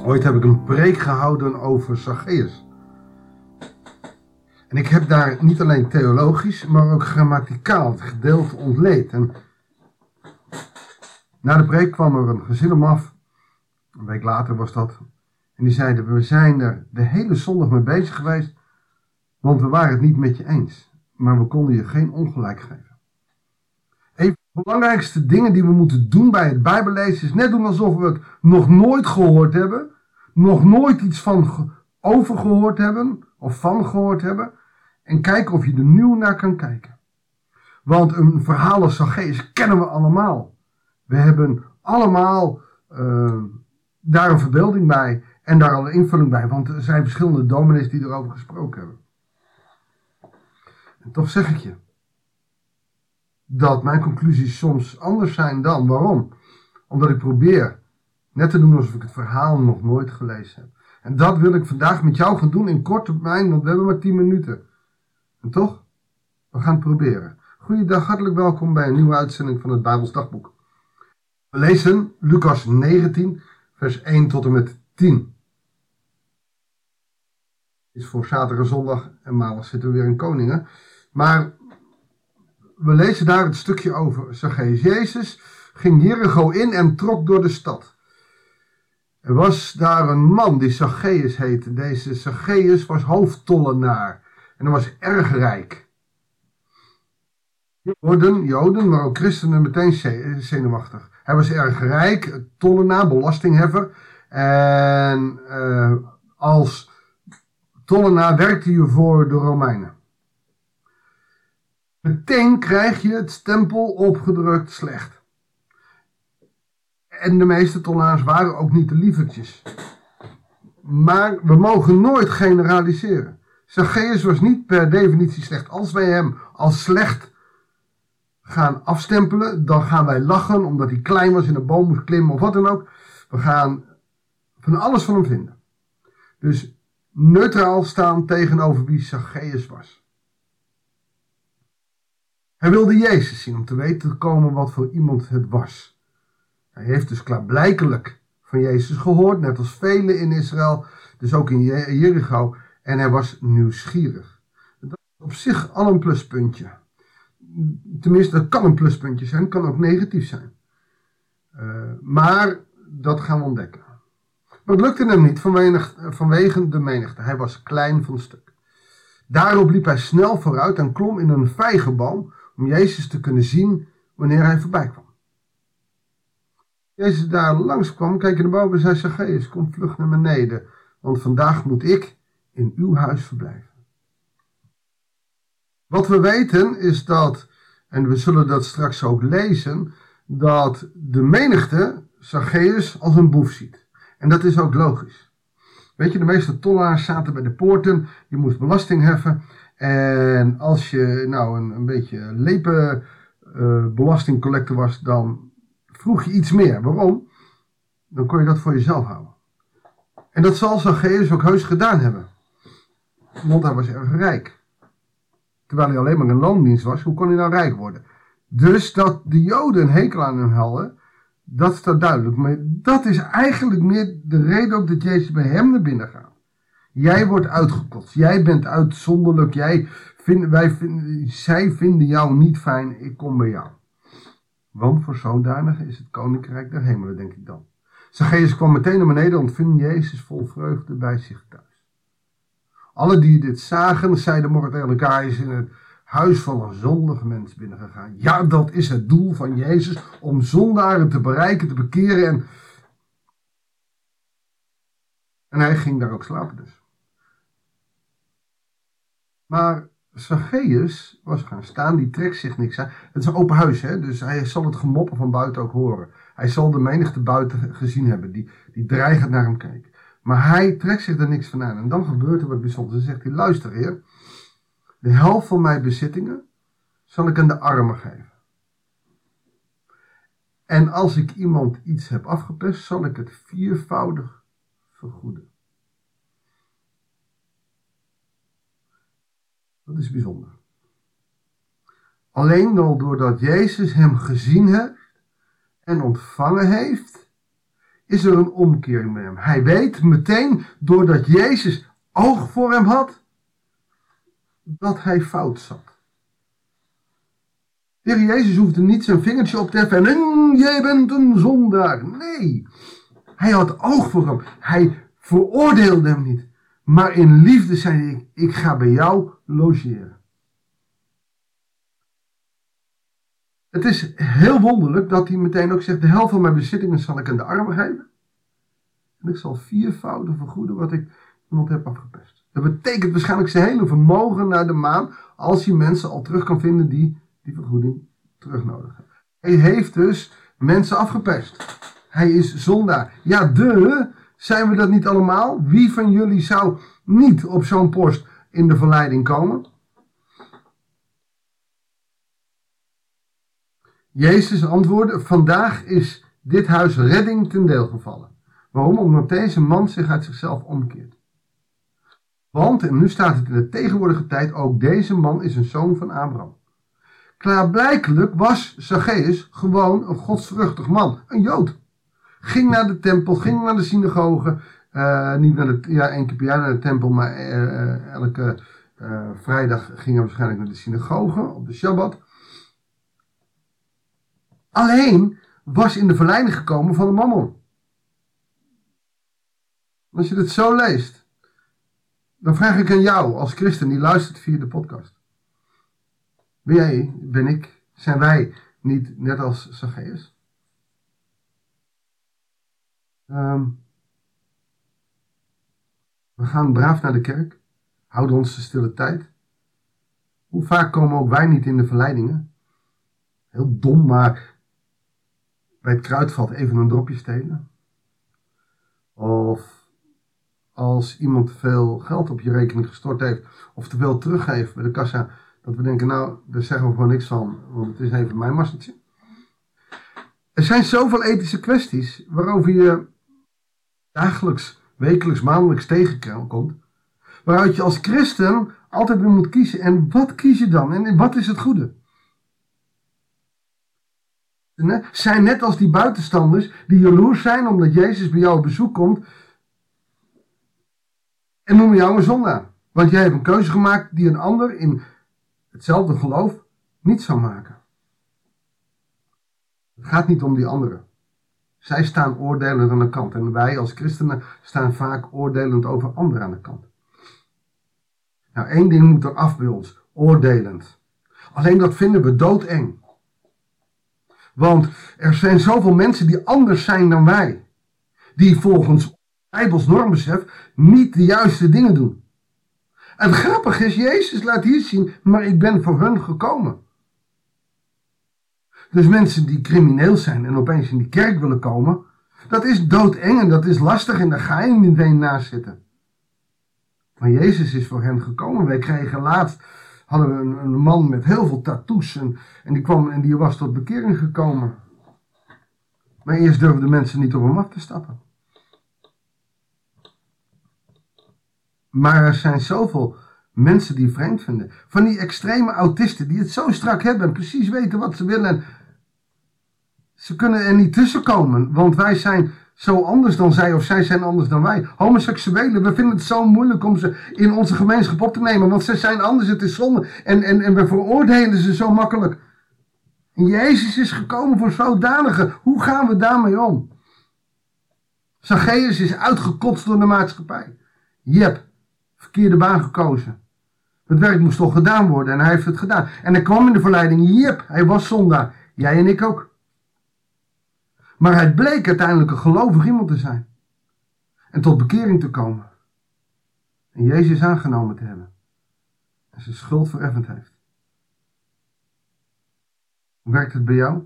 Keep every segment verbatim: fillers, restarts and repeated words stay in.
Ooit heb ik een preek gehouden over Zacchaeus. En ik heb daar niet alleen theologisch, maar ook grammaticaal het gedeelte ontleed. En na de preek kwam er een gezin om af. Een week later was dat. En die zeiden, we zijn er de hele zondag mee bezig geweest, want we waren het niet met je eens. Maar we konden je geen ongelijk geven. Een van de belangrijkste dingen die we moeten doen bij het Bijbellezen is net doen alsof we het nog nooit gehoord hebben. Nog nooit iets van over gehoord hebben. Of van gehoord hebben. En kijken of je er nieuw naar kan kijken. Want een verhaal als Zacchaeus kennen we allemaal. We hebben allemaal uh, daar een verbeelding bij. En daar al een invulling bij. Want er zijn verschillende dominees die erover gesproken hebben. En toch zeg ik je. Dat mijn conclusies soms anders zijn dan. Waarom? Omdat ik probeer net te doen alsof ik het verhaal nog nooit gelezen heb. En dat wil ik vandaag met jou gaan doen in korte termijn, want we hebben maar tien minuten. En toch? We gaan het proberen. Goeiedag, hartelijk welkom bij een nieuwe uitzending van het Bijbels Dagboek. We lezen Lucas negentien, vers één tot en met tien. Het is voor zaterdag en zondag en maandag zitten we weer in Koningen. Maar we lezen daar het stukje over Zacchaeus. Jezus ging Jericho in en trok door de stad. Er was daar een man die Zacchaeus heette. Deze Zacchaeus was hoofdtollenaar. En hij was erg rijk. Joden, Joden, maar ook christenen meteen zenuwachtig. Hij was erg rijk, tollenaar, belastingheffer. En uh, als tollenaar werkte hij voor de Romeinen. Meteen krijg je het stempel opgedrukt slecht. En de meeste tollenaars waren ook niet de lievertjes. Maar we mogen nooit generaliseren. Zacchaeus was niet per definitie slecht. Als wij hem als slecht gaan afstempelen, dan gaan wij lachen omdat hij klein was, in een boom moest klimmen of wat dan ook. We gaan van alles van hem vinden. Dus neutraal staan tegenover wie Zacchaeus was. Hij wilde Jezus zien om te weten te komen wat voor iemand het was. Hij heeft dus klaarblijkelijk van Jezus gehoord, net als velen in Israël, dus ook in Jericho. En hij was nieuwsgierig. Dat is op zich al een pluspuntje. Tenminste, dat kan een pluspuntje zijn, kan ook negatief zijn. Uh, maar dat gaan we ontdekken. Maar het lukte hem niet vanwege, vanwege de menigte. Hij was klein van stuk. Daarop liep hij snel vooruit en klom in een vijgenboom om Jezus te kunnen zien wanneer hij voorbij kwam. Jezus daar langs kwam, keek naar boven en zei: Zacchaeus, kom vlug naar beneden, want vandaag moet ik in uw huis verblijven. Wat we weten is dat, en we zullen dat straks ook lezen, dat de menigte Zacchaeus als een boef ziet. En dat is ook logisch. Weet je, de meeste tollenaars zaten bij de poorten, je moest belasting heffen. En als je nou een, een beetje lepe uh, belastingcollector was, dan vroeg je iets meer. Waarom? Dan kon je dat voor jezelf houden. En dat zal Zacchaeus ook heus gedaan hebben. Want hij was erg rijk. Terwijl hij alleen maar in loondienst was, hoe kon hij nou rijk worden? Dus dat de Joden een hekel aan hem hadden, dat staat duidelijk. Maar dat is eigenlijk meer de reden ook dat Jezus bij hem naar binnen gaat. Jij wordt uitgekotst. Jij bent uitzonderlijk. Jij vind, wij vind, zij vinden jou niet fijn. Ik kom bij jou. Want voor zodanig is het koninkrijk der hemelen, denk ik dan. Zacchaeus kwam meteen naar beneden en ontving Jezus vol vreugde bij zich thuis. Alle die dit zagen, zeiden morgen tegen elkaar: hij is in het huis van een zondig mens binnengegaan. Ja, dat is het doel van Jezus, om zondaren te bereiken, te bekeren. En, en hij ging daar ook slapen dus. Maar Zacchaeus was gaan staan, die trekt zich niks aan. Het is een open huis, hè? Dus hij zal het gemoppen van buiten ook horen. Hij zal de menigte buiten gezien hebben, die, die dreigend naar hem kijken. Maar hij trekt zich er niks van aan. En dan gebeurt er wat bijzonders. Dan zegt hij: luister, Heer, de helft van mijn bezittingen zal ik aan de armen geven. En als ik iemand iets heb afgepest, zal ik het viervoudig vergoeden. Dat is bijzonder. Alleen al doordat Jezus hem gezien heeft en ontvangen heeft, is er een omkering bij hem. Hij weet meteen, doordat Jezus oog voor hem had, dat hij fout zat. De Heer Jezus hoefde niet zijn vingertje op te heffen en jij bent een zondaar. Nee, hij had oog voor hem. Hij veroordeelde hem niet. Maar in liefde zei hij, ik ga bij jou logeren. Het is heel wonderlijk dat hij meteen ook zegt, de helft van mijn bezittingen zal ik aan de armen geven. En ik zal viervoudig vergoeden wat ik iemand heb afgepest. Dat betekent waarschijnlijk zijn hele vermogen naar de maan, als hij mensen al terug kan vinden die die vergoeding terug nodig hebben. Hij heeft dus mensen afgepest. Hij is zondaar. Ja, de, zijn we dat niet allemaal? Wie van jullie zou niet op zo'n post in de verleiding komen? Jezus antwoordde, vandaag is dit huis redding ten deel gevallen. Waarom? Omdat deze man zich uit zichzelf omkeert. Want, en nu staat het in de tegenwoordige tijd, ook deze man is een zoon van Abraham. Klaarblijkelijk was Zacchaeus gewoon een godsvruchtig man, een Jood. Ging naar de tempel, ging naar de synagoge, uh, niet naar de, ja, één keer per jaar naar de tempel, maar uh, elke uh, vrijdag ging hij waarschijnlijk naar de synagoge op de Shabbat. Alleen was in de verleiding gekomen van de mammon. Als je dit zo leest, dan vraag ik aan jou als christen die luistert via de podcast. Ben jij, ben ik, zijn wij niet net als Zacchaeus? Um, we gaan braaf naar de kerk, houden ons de stille tijd. Hoe vaak komen ook wij niet in de verleidingen? Heel dom, maar bij het kruidvat even een dropje stelen. Of als iemand te veel geld op je rekening gestort heeft, of te veel teruggeeft bij de kassa, dat we denken, nou, daar zeggen we gewoon niks van, want het is even mijn masseltje. Er zijn zoveel ethische kwesties waarover je dagelijks, wekelijks, maandelijks tegenkomt, waaruit je als christen altijd weer moet kiezen. En wat kies je dan? En wat is het goede? Zijn net als die buitenstanders die jaloers zijn omdat Jezus bij jou op bezoek komt en noemen jou een zondaar. Want jij hebt een keuze gemaakt die een ander in hetzelfde geloof niet zou maken. Het gaat niet om die anderen. Zij staan oordelend aan de kant. En wij als christenen staan vaak oordelend over anderen aan de kant. Nou, één ding moet er af bij ons. Oordelend. Alleen dat vinden we doodeng. Want er zijn zoveel mensen die anders zijn dan wij. Die volgens Bijbels normbesef niet de juiste dingen doen. En het grappige is, Jezus laat hier zien, maar ik ben voor hun gekomen. Dus mensen die crimineel zijn en opeens in die kerk willen komen, dat is doodeng en dat is lastig en daar ga je niet meteen naast zitten. Maar Jezus is voor hen gekomen. Wij kregen laatst, hadden we een, een man met heel veel tattoos en, en, die kwam, en die was tot bekering gekomen. Maar eerst durfden mensen niet op hem af te stappen. Maar er zijn zoveel mensen die vreemd vinden. Van die extreme autisten die het zo strak hebben en precies weten wat ze willen. En ze kunnen er niet tussenkomen, want wij zijn zo anders dan zij of zij zijn anders dan wij. Homoseksuelen, we vinden het zo moeilijk om ze in onze gemeenschap op te nemen, want ze zijn anders, het is zonde. En, en, en we veroordelen ze zo makkelijk. En Jezus is gekomen voor zodanigen. Hoe gaan we daarmee om? Zacchaeus is uitgekotst door de maatschappij. Jep, verkeerde baan gekozen. Het werk moest toch gedaan worden en hij heeft het gedaan. En hij kwam in de verleiding, jep, hij was zondaar. Jij en ik ook. Maar hij bleek uiteindelijk een gelovig iemand te zijn. En tot bekering te komen. En Jezus aangenomen te hebben. En zijn schuld vereffend heeft. Hoe werkt het bij jou?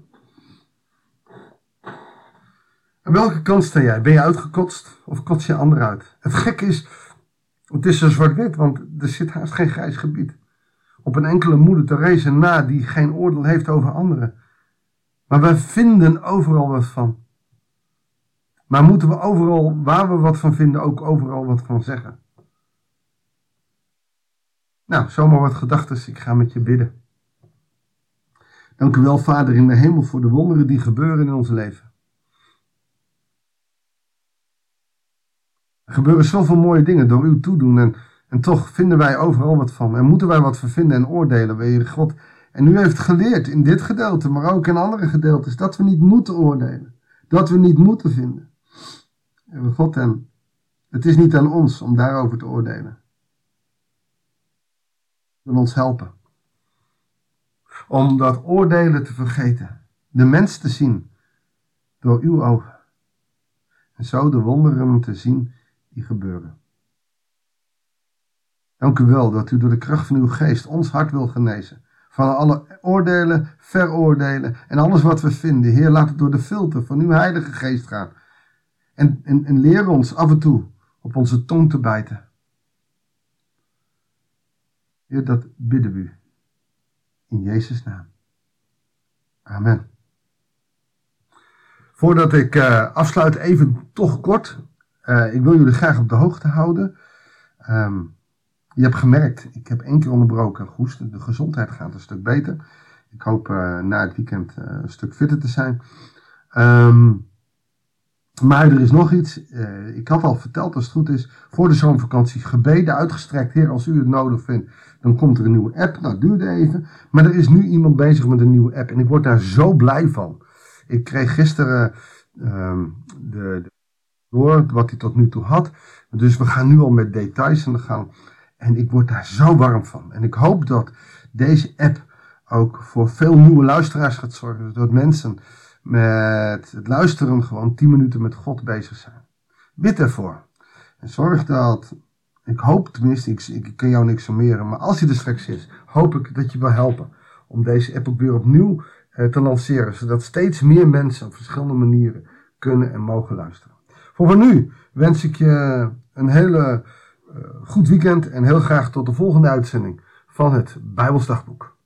Aan welke kant sta jij? Ben je uitgekotst of kots je ander uit? Het gekke is, het is zo zwart-wit, want er zit haast geen grijs gebied. Op een enkele moeder Therese na die geen oordeel heeft over anderen. Maar we vinden overal wat van. Maar moeten we overal, waar we wat van vinden, ook overal wat van zeggen? Nou, zomaar wat gedachten. Ik ga met je bidden. Dank u wel, Vader in de hemel, voor de wonderen die gebeuren in ons leven. Er gebeuren zoveel mooie dingen door uw toedoen en, en toch vinden wij overal wat van. En moeten wij wat vervinden en oordelen, Heere God. En u heeft geleerd in dit gedeelte, maar ook in andere gedeeltes, dat we niet moeten oordelen. Dat we niet moeten vinden. Heere God, en het is niet aan ons om daarover te oordelen. U wil ons helpen. Om dat oordelen te vergeten. De mens te zien door uw ogen. En zo de wonderen te zien die gebeuren. Dank u wel dat u door de kracht van uw geest ons hart wil genezen. Van alle oordelen, veroordelen en alles wat we vinden. Heer, laat het door de filter van uw heilige geest gaan. En, en, en leer ons af en toe op onze tong te bijten. Heer, dat bidden we u. In Jezus' naam. Amen. Voordat ik uh, afsluit, even toch kort. Uh, ik wil jullie graag op de hoogte houden. Um, je hebt gemerkt, ik heb één keer onderbroken gehoest. De gezondheid gaat een stuk beter. Ik hoop uh, na het weekend uh, een stuk fitter te zijn. Um, maar er is nog iets. Uh, ik had al verteld, als het goed is, voor de zomervakantie gebeden uitgestrekt. Heer, als u het nodig vindt, dan komt er een nieuwe app. Nou, het duurde even. Maar er is nu iemand bezig met een nieuwe app. En ik word daar zo blij van. Ik kreeg gisteren um, de, de door wat hij tot nu toe had. Dus we gaan nu al met details aan de gang. En ik word daar zo warm van. En ik hoop dat deze app ook voor veel nieuwe luisteraars gaat zorgen. Dat mensen met het luisteren gewoon tien minuten met God bezig zijn. Bid ervoor. En zorg dat, ik hoop tenminste, ik, ik kan jou niks sommeren. Maar als hij er straks is, hoop ik dat je wil helpen. Om deze app ook weer opnieuw uh, te lanceren. Zodat steeds meer mensen op verschillende manieren kunnen en mogen luisteren. Voor nu wens ik je een hele uh, goed weekend. En heel graag tot de volgende uitzending van het Bijbels Dagboek.